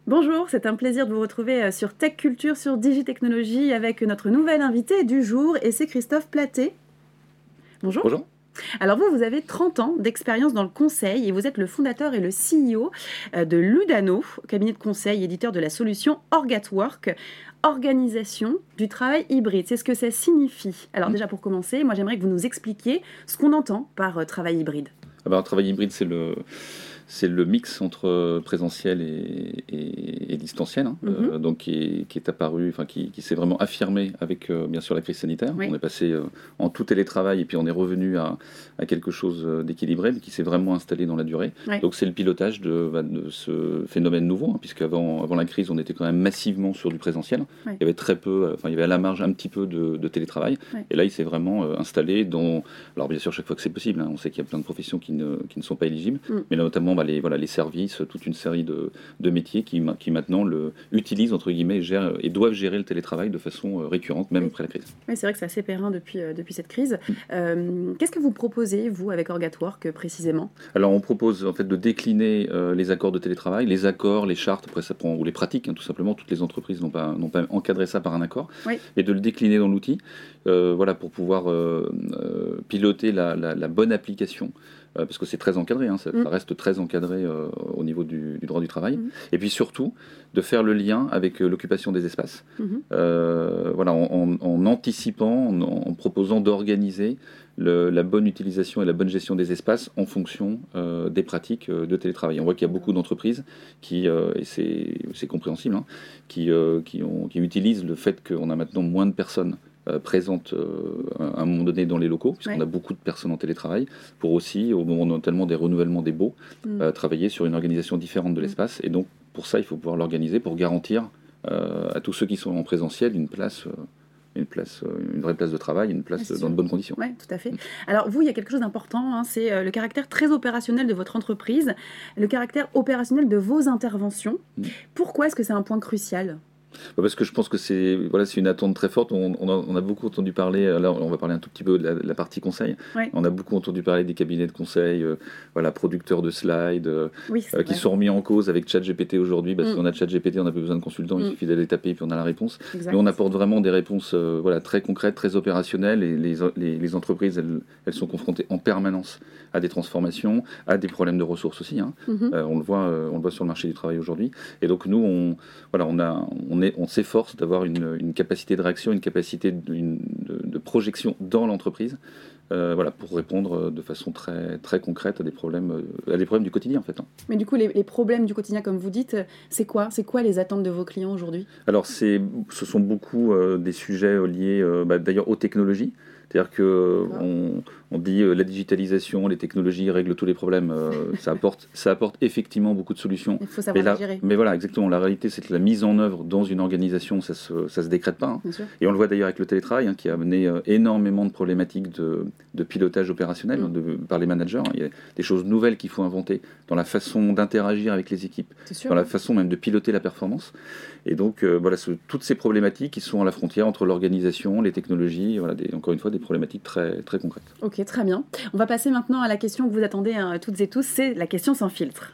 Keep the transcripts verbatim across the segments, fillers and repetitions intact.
Bonjour, c'est un plaisir de vous retrouver sur Tech Culture, sur Digitechnologie, avec notre nouvelle invitée du jour, et c'est Christophe Platé. Bonjour. Bonjour. Alors vous, vous avez trente ans d'expérience dans le conseil et vous êtes le fondateur et le C E O de Ludano, cabinet de conseil, éditeur de la solution Orgatwork, organisation du travail hybride. C'est ce que ça signifie. Alors déjà pour commencer, moi j'aimerais que vous nous expliquiez ce qu'on entend par travail hybride. Ah bah, un travail hybride, c'est le... C'est le mix entre présentiel et, et, et distanciel, hein, mm-hmm. euh, donc qui est, qui est apparu, enfin qui, qui s'est vraiment affirmé avec euh, bien sûr la crise sanitaire. Oui. On est passé euh, en tout télétravail et puis on est revenu à, à quelque chose d'équilibré, mais qui s'est vraiment installé dans la durée. Oui. Donc c'est le pilotage de, de ce phénomène nouveau, hein, puisque avant, avant la crise, on était quand même massivement sur du présentiel. Oui. Il y avait très peu, enfin il y avait à la marge un petit peu de, de télétravail, oui. Et là il s'est vraiment euh, installé dans. Alors bien sûr chaque fois que c'est possible, hein, on sait qu'il y a plein de professions qui ne, qui ne sont pas éligibles, mm. mais là notamment Les, voilà, les services, toute une série de, de métiers qui, qui maintenant le, utilisent entre guillemets et, gèrent, et doivent gérer le télétravail de façon récurrente, même oui. après la crise. Oui, c'est vrai que c'est assez périn depuis, euh, depuis cette crise. Mm. Euh, qu'est-ce que vous proposez, vous, avec Orgatwork, euh, précisément ? Alors, on propose en fait de décliner euh, les accords de télétravail, les accords, les chartes, après ça prend, ou les pratiques, hein, tout simplement. Toutes les entreprises n'ont pas, n'ont pas encadré ça par un accord, oui. et de le décliner dans l'outil, euh, voilà, pour pouvoir euh, euh, piloter la, la, la bonne application. Euh, parce que c'est très encadré, hein, ça, mmh. ça reste très encadré euh, au niveau du, du droit du travail. Mmh. Et puis surtout, de faire le lien avec euh, l'occupation des espaces. Mmh. Euh, voilà, en, en, en anticipant, en, en proposant d'organiser le, la bonne utilisation et la bonne gestion des espaces en fonction euh, des pratiques euh, de télétravail. On voit qu'il y a beaucoup d'entreprises qui, euh, et c'est, c'est compréhensible, hein, qui, euh, qui, ont, qui utilisent le fait qu'on a maintenant moins de personnes Euh, présente euh, à un moment donné dans les locaux, puisqu'on ouais. a beaucoup de personnes en télétravail, pour aussi, au moment notamment des renouvellements des baux, mm. euh, travailler sur une organisation différente de mm. l'espace. Et donc, pour ça, il faut pouvoir l'organiser pour garantir euh, à tous ceux qui sont en présentiel une place... Euh, Une, place, une vraie place de travail, une place dans de bonnes conditions. Oui, tout à fait. Alors vous, il y a quelque chose d'important, hein, c'est euh, le caractère très opérationnel de votre entreprise, le caractère opérationnel de vos interventions. Mm. Pourquoi est-ce que c'est un point crucial ? Parce que je pense que c'est, voilà, c'est une attente très forte. On, on, a, on a beaucoup entendu parler, là on va parler un tout petit peu de la, de la partie conseil. Oui. On a beaucoup entendu parler des cabinets de conseil, euh, voilà, producteurs de slides, euh, oui, euh, qui sont remis en cause avec ChatGPT aujourd'hui. Parce mm. qu'on a ChatGPT, on n'a plus besoin de consultants, mm. il suffit d'aller taper et puis on a la réponse. Exact. Mais on apporte vraiment des réponses euh, voilà, très concrètes, très opérationnelles. Et les, les, les entreprises, elles, elles sont confrontées en permanence à des transformations, à des problèmes de ressources aussi. Hein. Mm-hmm. Euh, on, le voit, euh, on le voit sur le marché du travail aujourd'hui. Et donc nous, on, voilà, on, a, on, est, on s'efforce d'avoir une, une capacité de réaction, une capacité de, une, de, de projection dans l'entreprise, euh, voilà, pour répondre de façon très, très concrète à des problèmes, à des problèmes du quotidien en fait. Hein. Mais du coup, les, les problèmes du quotidien, comme vous dites, c'est quoi ? C'est quoi les attentes de vos clients aujourd'hui ? Alors, c'est, ce sont beaucoup euh, des sujets liés euh, bah, d'ailleurs aux technologies. C'est-à-dire qu'on on dit euh, la digitalisation, les technologies règlent tous les problèmes. Euh, ça, apporte, ça apporte effectivement beaucoup de solutions. Il faut savoir mais, la, les gérer. Mais voilà, exactement. La réalité, c'est que la mise en œuvre dans une organisation, ça ne se, ça se décrète pas. Hein. Et on le voit d'ailleurs avec le télétravail, hein, qui a amené euh, énormément de problématiques de, de pilotage opérationnel mm. de, par les managers. Hein. Il y a des choses nouvelles qu'il faut inventer dans la façon d'interagir avec les équipes, sûr, dans la façon même de piloter la performance. Et donc, euh, voilà, ce, toutes ces problématiques qui sont à la frontière entre l'organisation, les technologies, voilà, des, encore une fois, des problématiques très, très concrètes. Ok, très bien. On va passer maintenant à la question que vous attendez hein, toutes et tous, c'est la question sans filtre.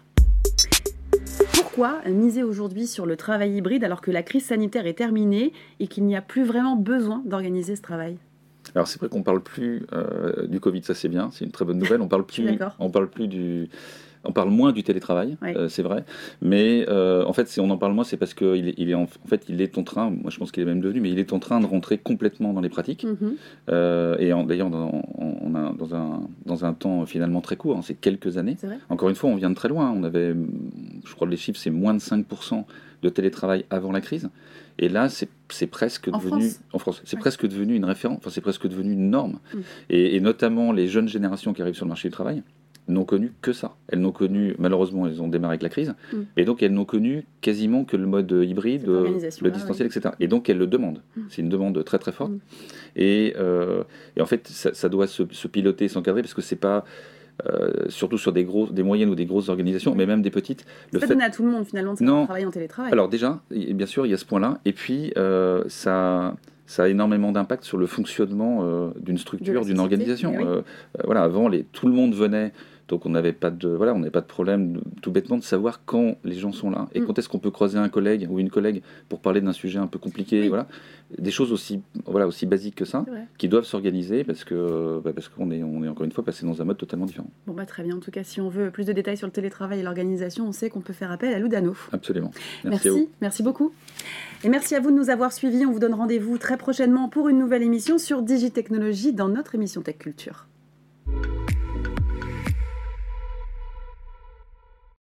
Pourquoi miser aujourd'hui sur le travail hybride alors que la crise sanitaire est terminée et qu'il n'y a plus vraiment besoin d'organiser ce travail ? Alors c'est vrai qu'on ne parle plus euh, du Covid, ça c'est bien, c'est une très bonne nouvelle, on parle plus, on parle plus du... On parle moins du télétravail, oui. euh, c'est vrai, mais euh, en fait, si on en parle moins, c'est parce qu'il est, il est en, en fait, il est en train, moi je pense qu'il est même devenu, mais il est en train de rentrer complètement dans les pratiques. Mm-hmm. euh, et en, d'ailleurs, dans, on a, dans, un, dans un temps finalement très court, hein, c'est quelques années. C'est vrai. Encore une fois, on vient de très loin. On avait, je crois que les chiffres, c'est moins de cinq pour cent de télétravail avant la crise. Et là, c'est, c'est presque en devenu, France. en France, c'est ouais. presque devenu une référence, enfin c'est presque devenu une norme. Mm. Et, et notamment les jeunes générations qui arrivent sur le marché du travail n'ont connu que ça. Elles n'ont connu, malheureusement, elles ont démarré avec la crise, mm. et donc elles n'ont connu quasiment que le mode hybride, le distanciel, oui. et cetera. Et donc elles le demandent. Mm. C'est une demande très très forte. Mm. Et, euh, et en fait, ça, ça doit se, se piloter, s'encadrer, parce que c'est pas... Euh, surtout sur des, gros, des moyennes ou des grosses organisations, oui. mais même des petites. C'est le pas fait... donné à tout le monde, finalement, de savoir travailler en télétravail. Alors déjà, bien sûr, il y a ce point-là. Et puis, euh, ça... ça a énormément d'impact sur le fonctionnement euh, d'une structure, d'une organisation. Oui. Euh, voilà, avant, les, tout le monde venait Donc on n'avait pas de voilà, on n'avait pas de problème de, tout bêtement de savoir quand les gens sont là et mmh. quand est-ce qu'on peut croiser un collègue ou une collègue pour parler d'un sujet un peu compliqué, oui. voilà, des choses aussi voilà aussi basiques que ça, qui doivent s'organiser parce que bah, parce qu'on est on est encore une fois passé dans un mode totalement différent. Bon bah très bien. En tout cas, si on veut plus de détails sur le télétravail et l'organisation, on sait qu'on peut faire appel à Ludano. Absolument. Merci, merci, merci beaucoup. Et merci à vous de nous avoir suivis. On vous donne rendez-vous très prochainement pour une nouvelle émission sur Digitechnologie dans notre émission Tech Culture.